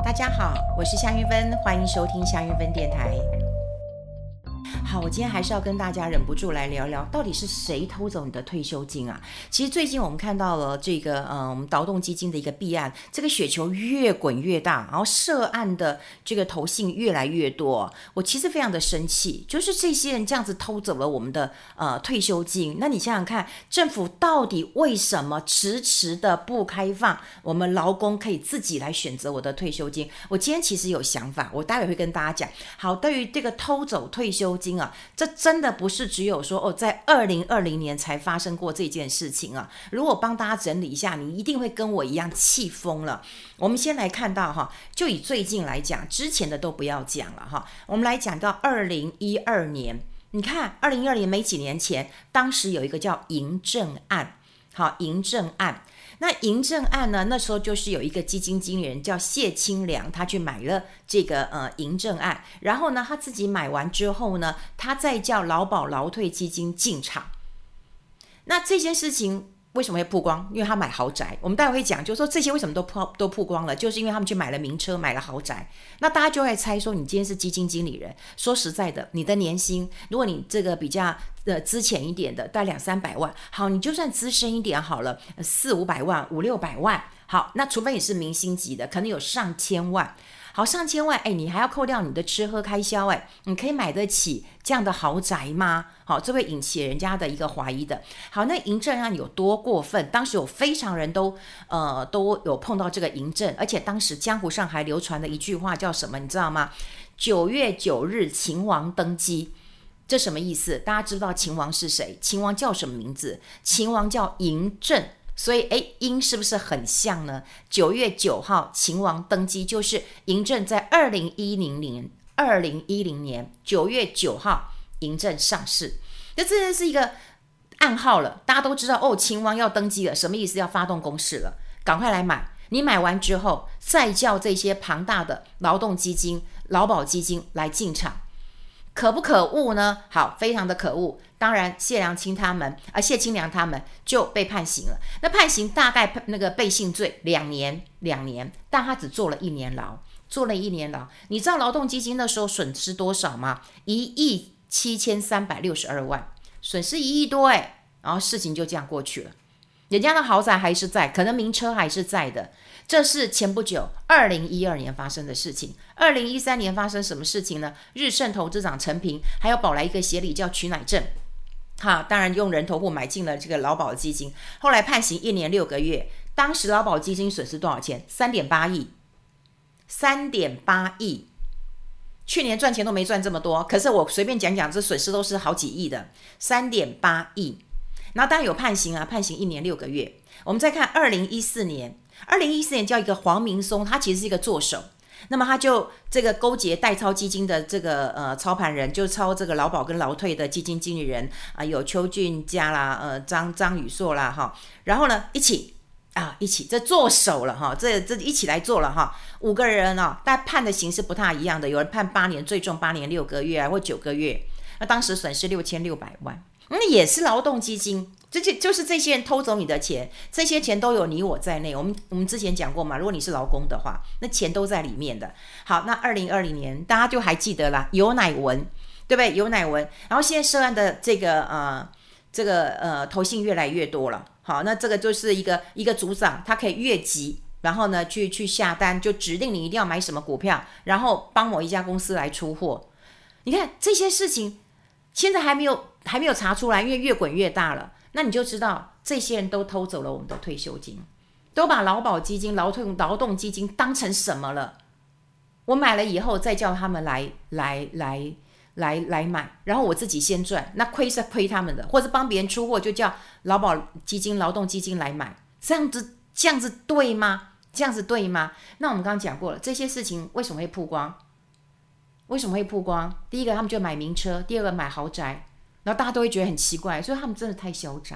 大家好，我是夏云芬，欢迎收听夏云芬电台。好，我今天还是要跟大家忍不住来聊聊，到底是谁偷走你的退休金啊？其实最近我们看到了这个我们劳动基金的一个弊案，这个雪球越滚越大，然后涉案的这个投信越来越多。我其实非常的生气，就是这些人这样子偷走了我们的退休金。那你想想看，政府到底为什么迟迟的不开放我们劳工可以自己来选择我的退休金？我今天其实有想法，我待会会跟大家讲。好，对于这个偷走退休金啊，这真的不是只有说在2020年才发生过这件事情啊。如果帮大家整理一下，你一定会跟我一样气疯了。我们先来看到哈，就以最近来讲，之前的都不要讲了哈。我们来讲到2012年，你看2012年没几年前，当时有一个叫银正案，好，银正案。那银正案呢，那时候就是有一个基金经理人叫谢清良，他去买了这个银正案，然后呢他自己买完之后呢，他再叫劳保劳退基金进场。那这件事情为什么会曝光？因为他买豪宅，我们待会会讲，就是说这些为什么都曝光了，就是因为他们去买了名车，买了豪宅。那大家就会猜说，你今天是基金经理人，说实在的，你的年薪，如果你这个比较资浅一点的，大概200-300万，好，你就算资深一点好了，400-500万、500-600万，好，那除非你是明星级的，可能有上千万。好，上千万，你还要扣掉你的吃喝开销，你可以买得起这样的豪宅吗？好，这会引起人家的一个怀疑的。好，那银正案有多过分？当时有非常人都有碰到这个银正，而且当时江湖上还流传的一句话叫什么？你知道吗？9月9日秦王登基，这什么意思？大家知道秦王是谁？秦王叫什么名字？秦王叫嬴政。所以音是不是很像呢？9月9号秦王登基，就是嬴政在2010年9月9号嬴政上市。那这是一个暗号了，大家都知道秦王要登基了，什么意思？要发动攻势了，赶快来买。你买完之后，再叫这些庞大的劳动基金、劳保基金来进场。可不可恶呢？好，非常的可恶。当然，谢清良他们就被判刑了。那判刑大概那个背信罪2年，但他只坐了1年牢，你知道劳动基金那时候损失多少吗？17362万，损失1亿多然后事情就这样过去了。人家的豪宅还是在，可能名车还是在的。这是前不久2012年发生的事情。2013年发生什么事情呢？日盛投资长陈平还有保来一个协理叫曲乃正，当然用人头户买进了这个劳保基金，后来判刑1年6个月。当时劳保基金损失多少钱？3.8亿。去年赚钱都没赚这么多，可是我随便讲讲，这损失都是好几亿的，3.8亿。然后当然有判刑判刑1年6个月。我们再看2014年叫一个黄明松，他其实是一个作手，那么他就这个勾结代操基金的这个操盘人，就操这个劳保跟劳退的基金经理人有邱俊佳啦，张宇硕啦然后呢一起这做手了这一起来做了5个人但判的刑是不太一样的，有人判8年，最重8年6个月或9个月，那当时损失6600万。那也是劳动基金，就是这些人偷走你的钱，这些钱都有你我在内。我们之前讲过嘛，如果你是劳工的话，那钱都在里面的。好，那2020年大家就还记得啦，有乃文，对不对？有乃文，然后现在涉案的这个投信越来越多了。好，那这个就是一个组长，他可以越级，然后呢去下单，就指定你一定要买什么股票，然后帮某一家公司来出货。你看这些事情。现在还没有查出来，因为越滚越大了。那你就知道这些人都偷走了我们的退休金，都把劳保基金、劳动基金当成什么了？我买了以后再叫他们来买，然后我自己先赚，那亏是亏他们的，或者帮别人出货就叫劳保基金、劳动基金来买，这样子对吗？那我们刚刚讲过了，这些事情为什么会曝光？第一个他们就买名车，第二个买豪宅，然后大家都会觉得很奇怪，所以他们真的太嚣张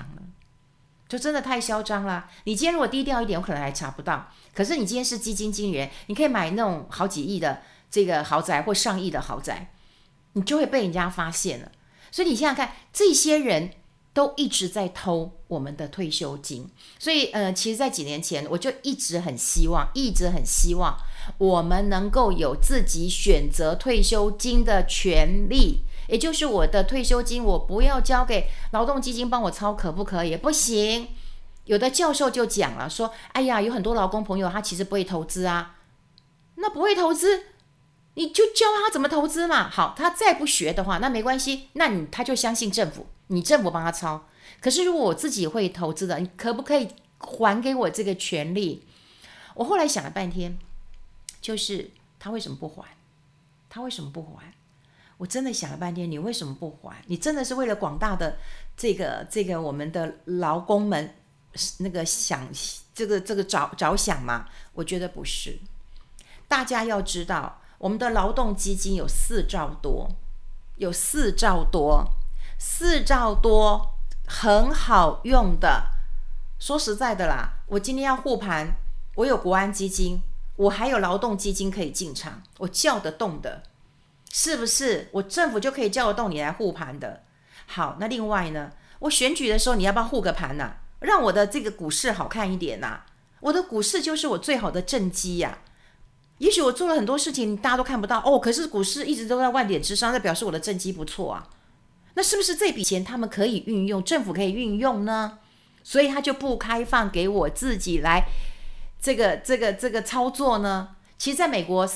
了，你今天如果低调一点，我可能还查不到，可是你今天是基金经理人，你可以买那种好几亿的这个豪宅或上亿的豪宅，你就会被人家发现了。所以你想想看，这些人都一直在偷我们的退休金。所以其实在几年前我就一直很希望我们能够有自己选择退休金的权利，也就是我的退休金我不要交给劳动基金帮我操，可不可以？不行。有的教授就讲了说，哎呀，有很多劳工朋友他其实不会投资啊，那不会投资你就教他怎么投资嘛。好，他再不学的话那没关系，那他就相信政府，你政府帮他操。可是如果我自己会投资的，你可不可以还给我这个权利？我后来想了半天，就是他为什么不还？我真的想了半天，你为什么不还？你真的是为了广大的这个我们的劳工们那个想这个着想吗？我觉得不是。大家要知道，我们的劳动基金有4兆多，很好用的。说实在的啦，我今天要护盘，我有国安基金，我还有劳动基金可以进场，我叫得动的，是不是？我政府就可以叫得动你来护盘的。好，那另外呢，我选举的时候你要不要护个盘啊？让我的这个股市好看一点啊。我的股市就是我最好的政绩呀。也许我做了很多事情大家都看不到可是股市一直都在万点之上，那表示我的政绩不错啊。那是不是这笔钱他们可以运用，政府可以运用呢？所以他就不开放给我自己来这个操作呢？其实在美国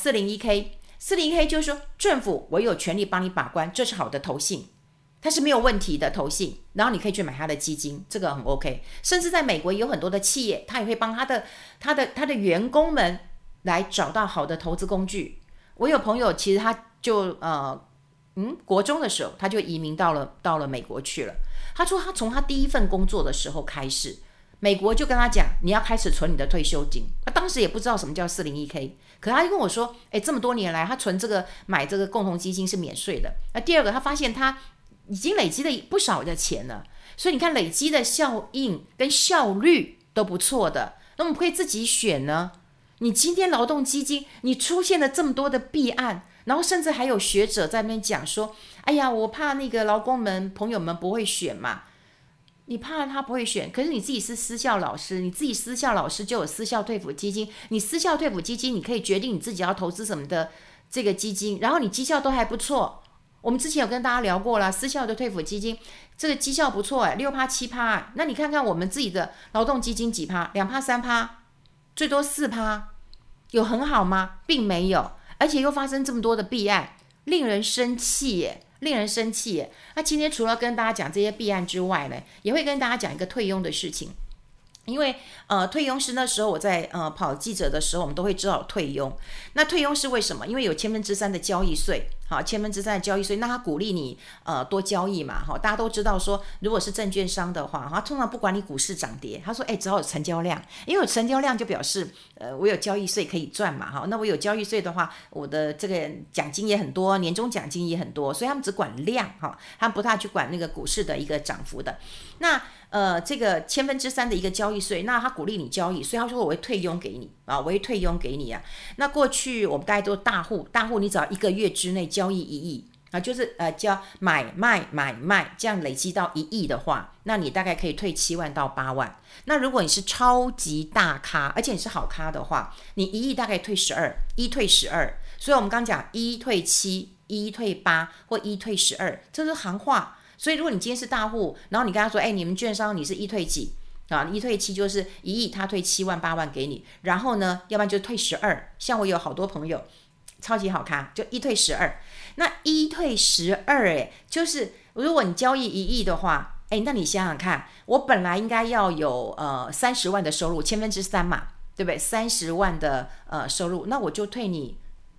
401k 就是说政府我有权利帮你把关，这是好的投信，它是没有问题的投信，然后你可以去买它的基金，这个很 OK。甚至在美国有很多的企业，它也会帮他的员工们来找到好的投资工具。我有朋友其实他就国中的时候他就移民到了美国去了。他说他从他第一份工作的时候开始，美国就跟他讲你要开始存你的退休金。他当时也不知道什么叫 401k， 可他就跟我说这么多年来他存买这个共同基金是免税的。那第二个他发现他已经累积了不少的钱了，所以你看累积的效应跟效率都不错的。那我们可以自己选呢。你今天劳动基金你出现了这么多的弊案，然后甚至还有学者在那边讲说，哎呀，我怕那个劳工们朋友们不会选嘛。你怕他不会选，可是你自己是私校老师，你自己私校老师就有私校退抚基金，你私校退抚基金你可以决定你自己要投资什么的这个基金，然后你绩效都还不错。我们之前有跟大家聊过了，私校的退抚基金这个绩效不错6%、7%。那你看看我们自己的劳动基金几%、2%、3%，最多4%，有很好吗？并没有，而且又发生这么多的弊案，令人生气耶。那今天除了跟大家讲这些弊案之外呢，也会跟大家讲一个退佣的事情。因为退佣是那时候我在跑记者的时候，我们都会知道退佣。那退佣是为什么？因为有3%的交易税，好，3%的交易税，那他鼓励你多交易嘛，大家都知道说，如果是证券商的话，他通常不管你股市涨跌，他说只要有成交量，因为有成交量就表示我有交易税可以赚嘛，那我有交易税的话，我的这个奖金也很多，年终奖金也很多，所以他们只管量，他们不太去管那个股市的一个涨幅的。那这个3%的一个交易税，那他鼓励你交易，所以他说我会退佣给你啊，我会退佣给你啊。那过去我们大概都大户你只要1个月之内交易1亿啊，就是叫买卖，这样累积到1亿的话，那你大概可以退7万到8万。那如果你是超级大咖，而且你是好咖的话，你1亿大概退12，一退12。所以我们刚讲1退7、1退8或1退12，这是行话。所以如果你今天是大户，然后你跟他说你们券商你是1退几啊？1退7就是1亿，他退7万8万给你，然后呢要不然就退12。像我有好多朋友超级好咖，就1退12。那1退12就是如果你交易1亿的话，那你想想看，我本来应该要有30万的收入，3%嘛，对不对？30万的收入，那我就退你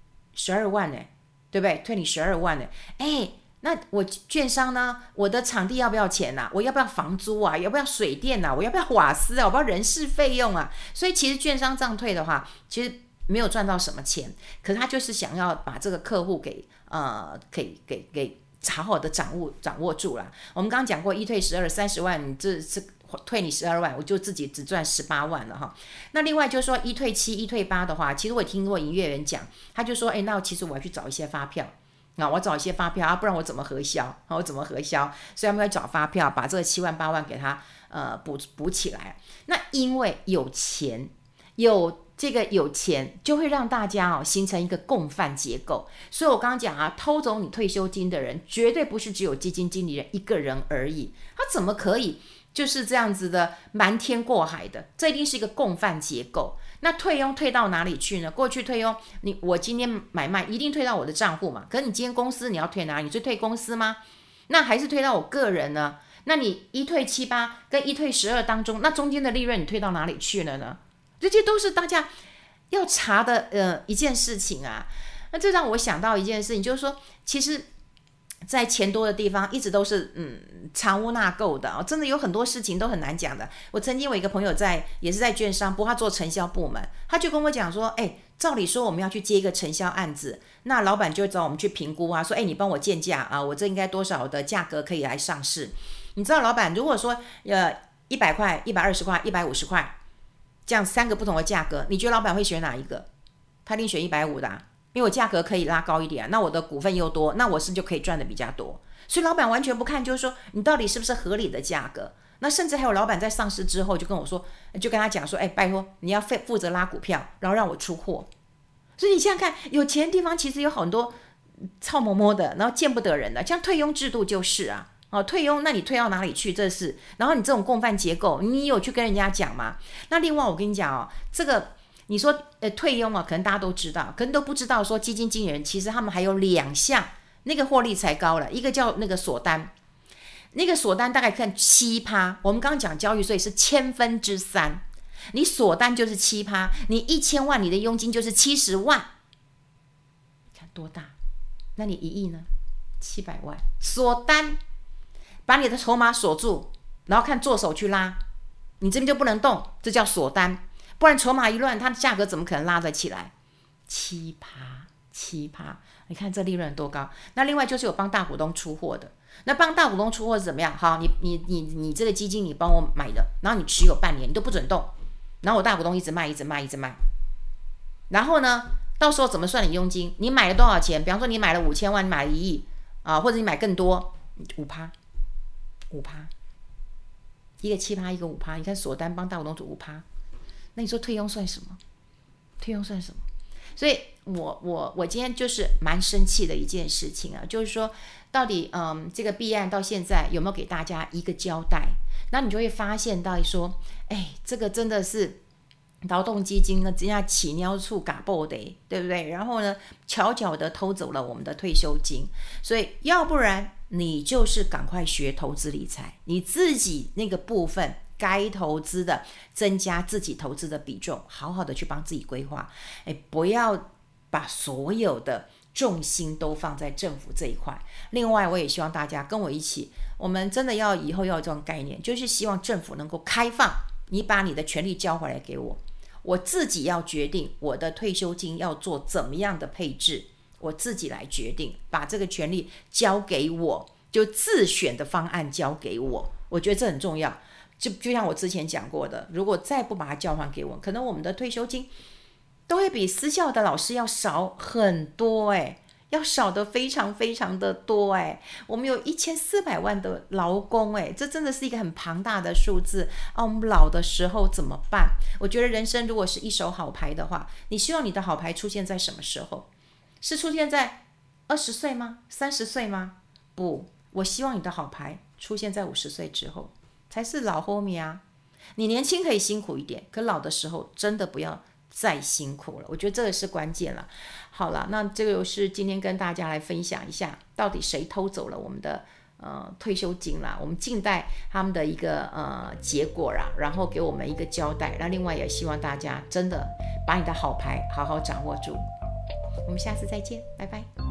12万对不对？退你12万那我券商呢？我的场地要不要钱啊？我要不要房租啊？要不要水电啊？我要不要瓦斯啊？我要不要人事费用啊？所以其实券商这样退的话，其实没有赚到什么钱，可是他就是想要把这个客户给好好的掌握住了。我们刚刚讲过1退12，30万，你这是退你12万，我就自己只赚18万了哈。那另外就是说1退7、1退8的话，其实我也听过营业员讲，他就说那其实我要去找一些发票。 我找一些发票不然我怎么核销我怎么核销？所以他们要找发票把这个7万8万给他补起来。那因为有钱有钱就会让大家形成一个共犯结构，所以我刚刚讲偷走你退休金的人绝对不是只有基金经理人一个人而已，他怎么可以就是这样子的瞒天过海的？这一定是一个共犯结构。那退佣退到哪里去呢？过去退佣我今天买卖一定退到我的账户嘛，可是你今天公司你要退哪里？你是退公司吗？那还是退到我个人呢？那你一退7-8跟一退12当中，那中间的利润你退到哪里去了呢？这些都是大家要查的一件事情啊。那这让我想到一件事情，就是说其实在钱多的地方一直都是藏污纳垢的真的有很多事情都很难讲的。我曾经有一个朋友也是在券商，不过他做承销部门，他就跟我讲说照理说我们要去接一个承销案子，那老板就找我们去评估说你帮我建价我这应该多少的价格可以来上市。你知道老板如果说100块、120块、150块这样3个不同的价格，你觉得老板会选哪一个？他一定选150的因为我价格可以拉高一点那我的股份又多，那我是不是就可以赚的比较多？所以老板完全不看，就是说你到底是不是合理的价格。那甚至还有老板在上市之后就跟我说，就跟他讲说拜托你要负责拉股票，然后让我出货。所以你想想看，有钱的地方其实有很多臭摸摸的，然后见不得人的，像退佣制度就是退佣，那你退到哪里去？这是，然后你这种共犯结构，你有去跟人家讲吗？那另外我跟你讲这个你说退佣可能大家都知道，可能都不知道说基金经理人其实他们还有2项，那个获利才高了，一个叫那个锁单，那个锁单大概看7%，我们刚刚讲交易税是3/1000，你锁单就是7%，你1000万你的佣金就是70万，看多大？那你1亿呢？700万，锁单把你的筹码锁住，然后看做手去拉，你这边就不能动，这叫锁单，不然筹码一乱，它的价格怎么可能拉得起来？7%，你看这利润多高。那另外就是有帮大股东出货的，那帮大股东出货是怎么样？好，你这个基金你帮我买的，然后你持有半年，你都不准动，然后我大股东一直卖，然后呢，到时候怎么算你佣金？你买了多少钱？比方说你买了5000万，你买了1亿或者你买更多，5%，一个7%，一个5%，你看锁单帮大股东做5%，那你说退佣算什么？所以我今天就是蛮生气的一件事情就是说到底这个弊案到现在有没有给大家一个交代？那你就会发现到说这个真的是劳动基金呢，人家起尿处嘎爆的，对不对？然后呢，悄悄的偷走了我们的退休金。所以要不然你就是赶快学投资理财，你自己那个部分该投资的增加自己投资的比重，好好的去帮自己规划，不要把所有的重心都放在政府这一块。另外我也希望大家跟我一起，我们真的要以后要有这种概念，就是希望政府能够开放，你把你的权利交回来给我，我自己要决定我的退休金要做怎么样的配置，我自己来决定，把这个权利交给我，就自选的方案交给我，我觉得这很重要。就像我之前讲过的，如果再不把它交还给我，可能我们的退休金都会比私校的老师要少很多要少的非常非常的多我们有1400万的劳工这真的是一个很庞大的数字我们老的时候怎么办？我觉得人生如果是一手好牌的话，你希望你的好牌出现在什么时候？是出现在20岁吗？30岁吗？不，我希望你的好牌出现在50岁之后，才是老后面你年轻可以辛苦一点，可老的时候真的不要再辛苦了，我觉得这个是关键了。好了，那这个是今天跟大家来分享一下，到底谁偷走了我们的退休金啦，我们静待他们的一个结果啦，然后给我们一个交代。那另外也希望大家真的把你的好牌好好掌握住。我们下次再见，拜拜。